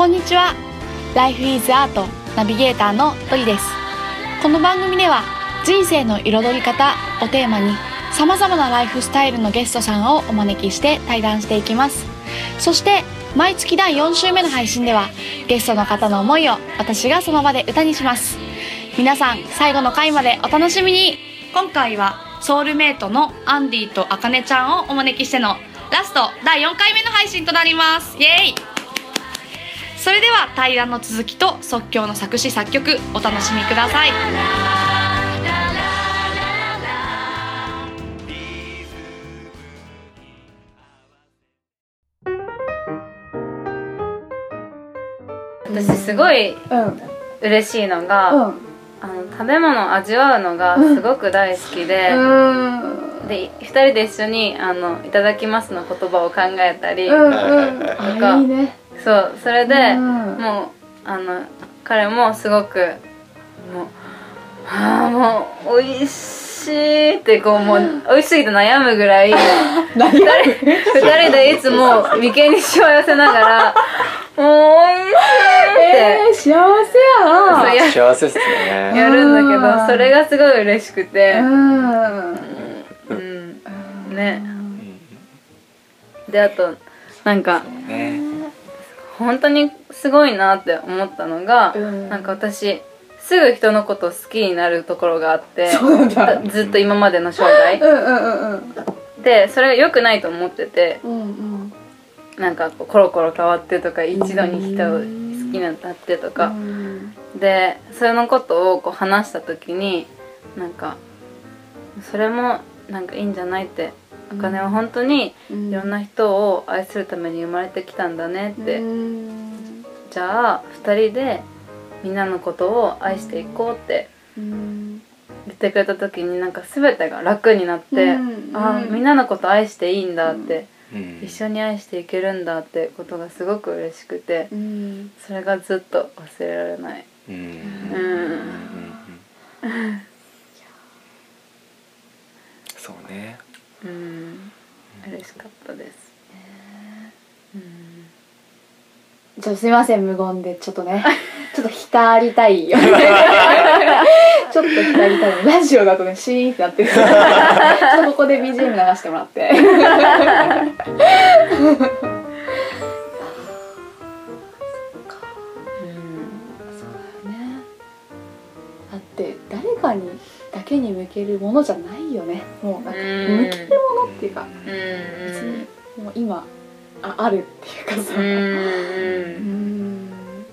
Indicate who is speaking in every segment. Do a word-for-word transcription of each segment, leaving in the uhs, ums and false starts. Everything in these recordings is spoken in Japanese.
Speaker 1: こんにちは。Life is Art ナビゲーターのドリです。この番組では人生の彩り方をテーマに様々なライフスタイルのゲストさんをお招きして対談していきます。そして毎月だいよん週目の配信ではゲストの方の思いを私がその場で歌にします。皆さん最後の回までお楽しみに。今回はソウルメイトのアンディとアカネちゃんをお招きしてのラストだいよんかいめの配信となります。イエーイ。それでは対談の続きと即興の作詞作曲お楽しみください。
Speaker 2: 私すごい嬉しいのが、うん、あの食べ物を味わうのがすごく大好きで、うん、でふたりで一緒にあのいただきますの言葉を考えたりとか、いいね。そうそれで、うん、もうあの彼もすごくもうはあもう美味しいってこうもう美味しすぎて悩むぐらいふたりでいつも眉間にしわ寄せながらもう美味しいって、
Speaker 1: えー、幸せやな。
Speaker 2: や
Speaker 3: 幸せっすね。
Speaker 2: やるんだけどそれがすごい嬉しくて、うん、うん、ね。であとなんか、ね、本当にすごいなって思ったのが、うん、なんか私すぐ人のことを好きになるところがあって、ずっと今までの生涯でそれが良くないと思ってて、うんうん、なんかこうコロコロ変わってとか一度に人を好きになってとか、うん、でそのことをこう話した時になんかそれもなんかいいんじゃないって、お金は本当にいろんな人を愛するために生まれてきたんだねって、うん、じゃあふたりでみんなのことを愛していこうって言ってくれた時になんか全てが楽になって、うん、ああみんなのこと愛していいんだって、うん、一緒に愛していけるんだってことがすごく嬉しくて、うん、それがずっと忘れられない。うん、うん、
Speaker 3: そうね。
Speaker 2: うん、嬉しかったです。
Speaker 1: うん、ちょっとすみません無言でちょっとねちょっと浸りたいよねちょっと浸りたい。ラジオだとねシーンってなってるちょっとここで ビージーエム 流してもらってだって誰かにだけに向けるものじゃないよね。もうなんか向けるものっていうか、別にもう今 あ, あるっていうかさ、うんうん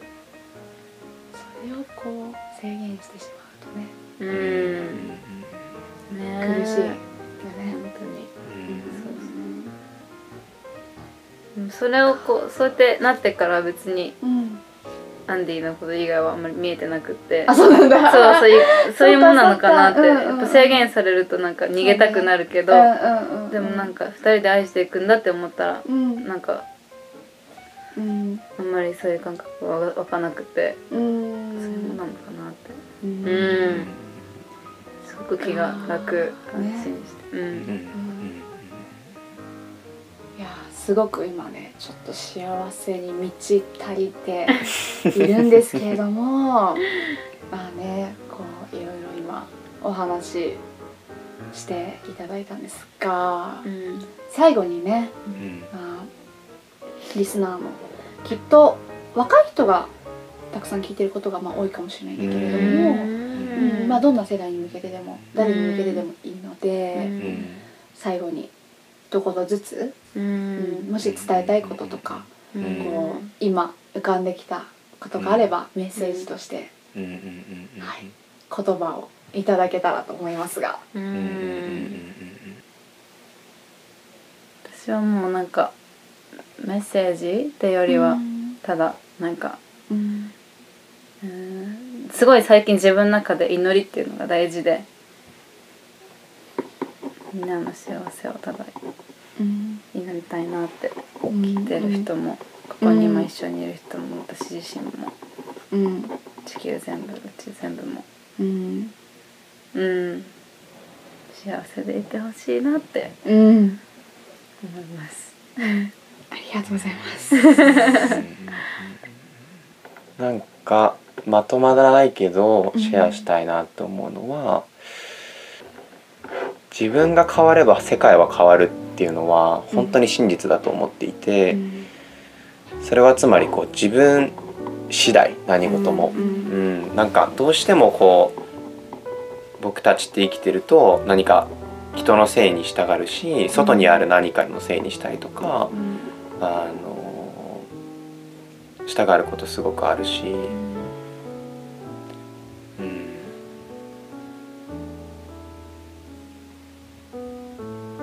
Speaker 1: それをこう制限してしまうとね、うんね苦しいよね本当に、うん
Speaker 2: そうですね。それをこうそうやってなってから別に、うんアンディのこと以外はあんまり見えてなくって、
Speaker 1: あ、そうなんだ。
Speaker 2: そうそういうそういうものなのかなって、うんうんうん、やっぱ制限されるとなんか逃げたくなるけど、ねうんうん、でもなんかふたりで愛していくんだって思ったら、うん、なんか、うん、あんまりそういう感覚が湧かなくて、うん、そういうものなのかなって、うん、うん、すごく気が楽、安心して、ねうんうんうん
Speaker 1: すごく今ねちょっと幸せに満ち足りているんですけれどもまあねこういろいろ今お話ししていただいたんですが、うん、最後にね、うんまあ、リスナーもきっと若い人がたくさん聞いてることがまあ多いかもしれないんだけれども、うんうんまあ、どんな世代に向けてでも誰に向けてでもいいので、うん、最後に一言ずつ、うん、もし伝えたいこととか、うん、こう今浮かんできたことがあれば、うん、メッセージとして、うんはい、言葉をいただけたらと思いますが、うん、
Speaker 2: 私はもうなんかメッセージってよりはただなんか、うんうん、すごい最近自分の中で祈りっていうのが大事でみんなの幸せをただ祈りたいなって聞いてる人も、ここに今一緒にいる人も私自身も、うん、地球全部うち全部も、うんうん、幸せでいてほしいなって思います、うん、
Speaker 1: ありがとうございます
Speaker 3: なんかまとまらないけどシェアしたいなと思うのは、自分が変われば世界は変わるっていうのは本当に真実だと思っていて、それはつまりこう自分次第、何事も、うん、なんかどうしてもこう僕たちって生きてると何か人のせいにしたがるし、外にある何かのせいにしたりとか、あのしたがることすごくあるし、うん、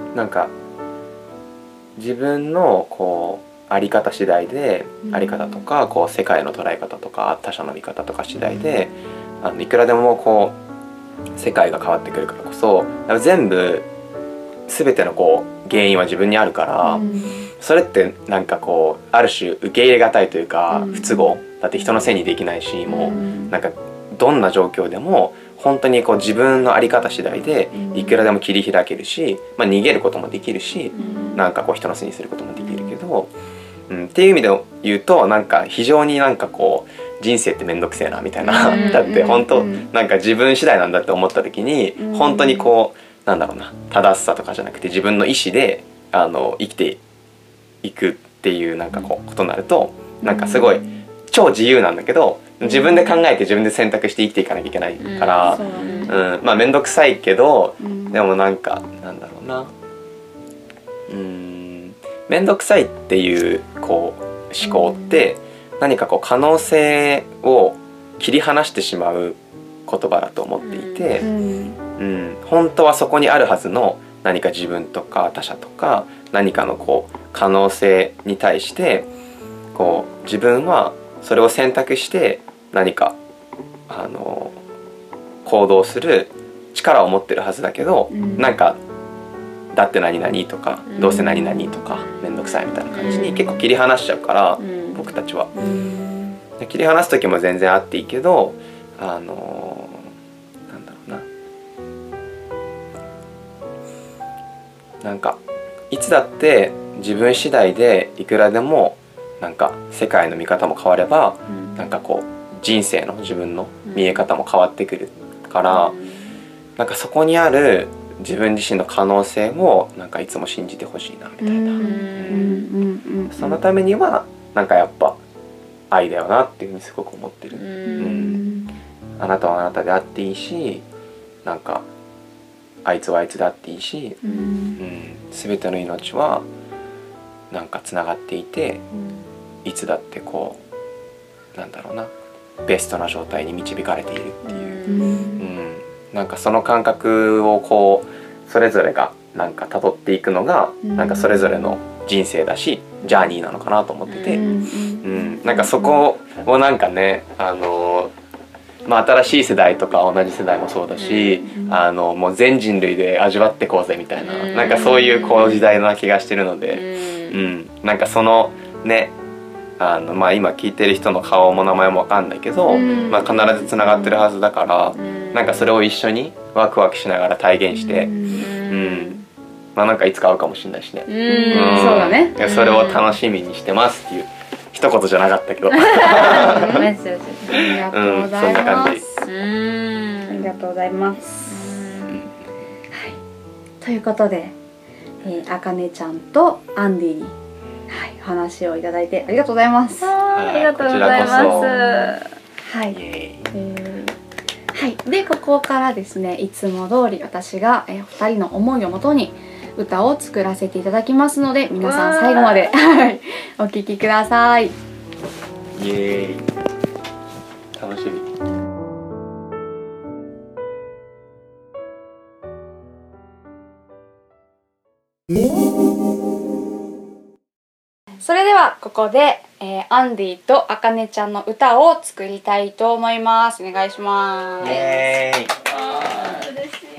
Speaker 3: なんか自分のこうあり方次第で、あり方とかこう世界の捉え方とか他者の見方とか次第で、あのいくらでもこう世界が変わってくるからこそ、全部全てのこう原因は自分にあるから、うん、それってなんかこうある種受け入れがたいというか、うん、不都合だって人のせいにできないし、うん、もうなんかどんな状況でも本当にこう自分の在り方次第でいくらでも切り開けるし、まあ、逃げることもできるし、うん、なんかこう人のせいにすることもできるけど、うん、っていう意味で言うとなんか非常になんかこう人生ってめんどくせえなみたいな、うん、だって本当なんか自分次第なんだって思った時に、うん、本当にこうなんだろうな、正しさとかじゃなくて自分の意思であの生きていくっていうなんかこうことになると、なんかすごい超自由なんだけど自分で考えて自分で選択して生きていかなきゃいけないから、うんうん、まあ面倒くさいけど、うん、でもなんかなんだろうな、うーん面倒くさいっていうこう思考って何かこう可能性を切り離してしまう言葉だと思っていて、うんうん、本当はそこにあるはずの何か自分とか他者とか何かのこう可能性に対してこう自分はそれを選択して何かあの行動する力を持ってるはずだけど、うん、なんかだって何々とか、うん、どうせ何々とかめんどくさいみたいな感じに結構切り離しちゃうから、うん、僕たちは、うん、切り離す時も全然あっていいけど、あのなんだろうな、なんかいつだって自分次第でいくらでもなんか世界の見方も変われば、うん、なんかこう人生の自分の見え方も変わってくるから、うん、なんかそこにある自分自身の可能性をなんかいつも信じてほしいなみたいな、うん、そのためにはなんかやっぱ愛だよなっていうふうにすごく思ってる、うん、あなたはあなたであっていいし、なんかあいつはあいつであっていいし、うんうん、全ての命はなんかつながっていて、いつだってこうなんだろうな、ベストな状態に導かれているっていう、うんうん、なんかその感覚をこうそれぞれがなんか辿っていくのが、うん、なんかそれぞれの人生だしジャーニーなのかなと思ってて、うんうん、なんかそこをなんかね、あのまあ、新しい世代とか同じ世代もそうだし、うん、あのもう全人類で味わってこうぜみたいな、うん、なんかそういうこう時代な気がしてるので、うんうん、なんかそのね、あのまあ今聞いてる人の顔も名前も分かんないけど、うん、まあ、必ずつながってるはずだから、うん、なんかそれを一緒にワクワクしながら体現して、うんうん、まあなんかいつか会うかもしれないしね、うん
Speaker 1: うん、そうだね、
Speaker 3: それを楽しみにしてますっていう一言じゃなかったけどあ
Speaker 1: りがとうございます、うん、ありがとうございます、はい、ということで、えー、あかねちゃんとアンディにはい、話をいただいてありがとうございます。
Speaker 2: ありがとうございます。はい、
Speaker 1: えー、はい、でここからですね、いつも通り私が、えー、ふたりの思いをもとに歌を作らせていただきますので、皆さん最後までお聞きください。イ
Speaker 3: エーイ、楽しみ。
Speaker 1: それではここで、えー、アンディとあかねちゃんの歌を作りたいと思います。お願いします。イエーイ。あー、嬉しい。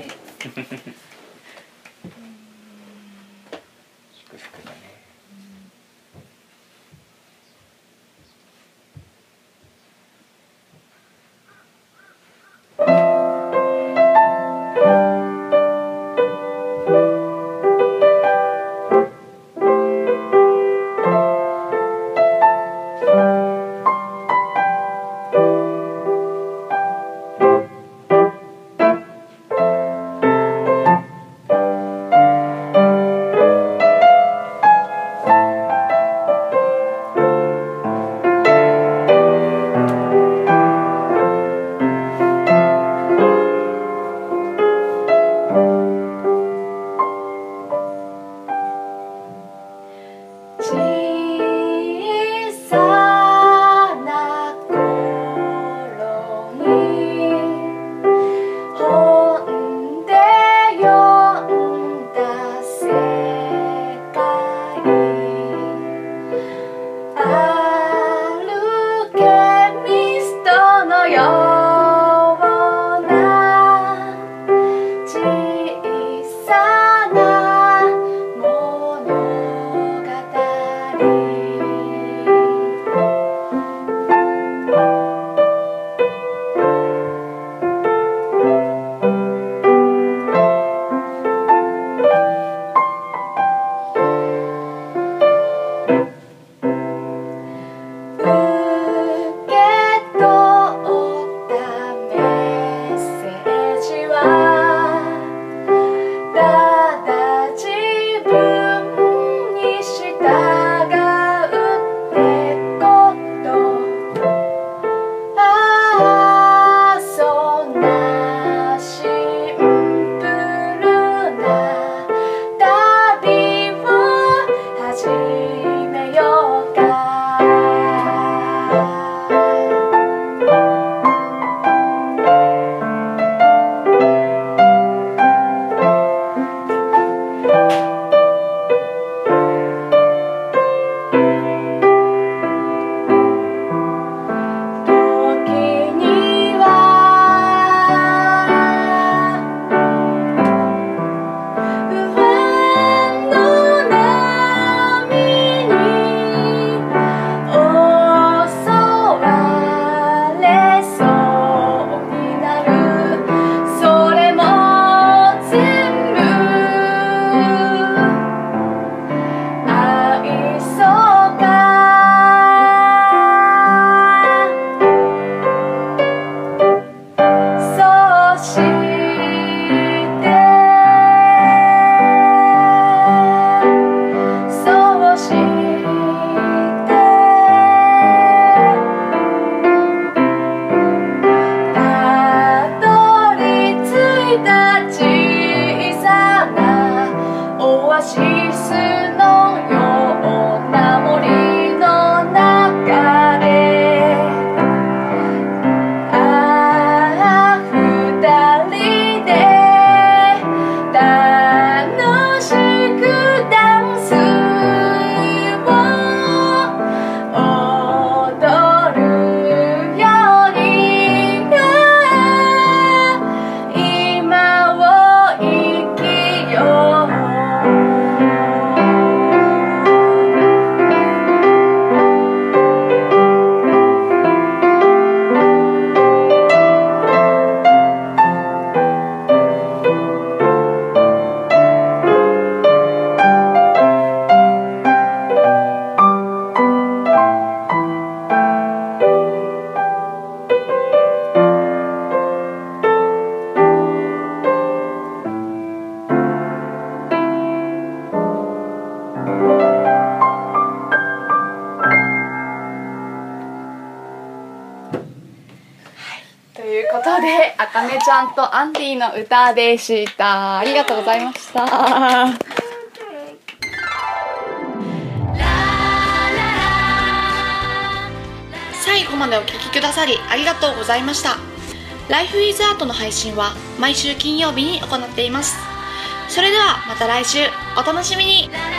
Speaker 1: ことで、あかねちゃんとアンディの歌でした。ありがとうございました。最後までお聴きくださりありがとうございました。ライフイズアートの配信は毎週金曜日に行っています。それではまた来週お楽しみに。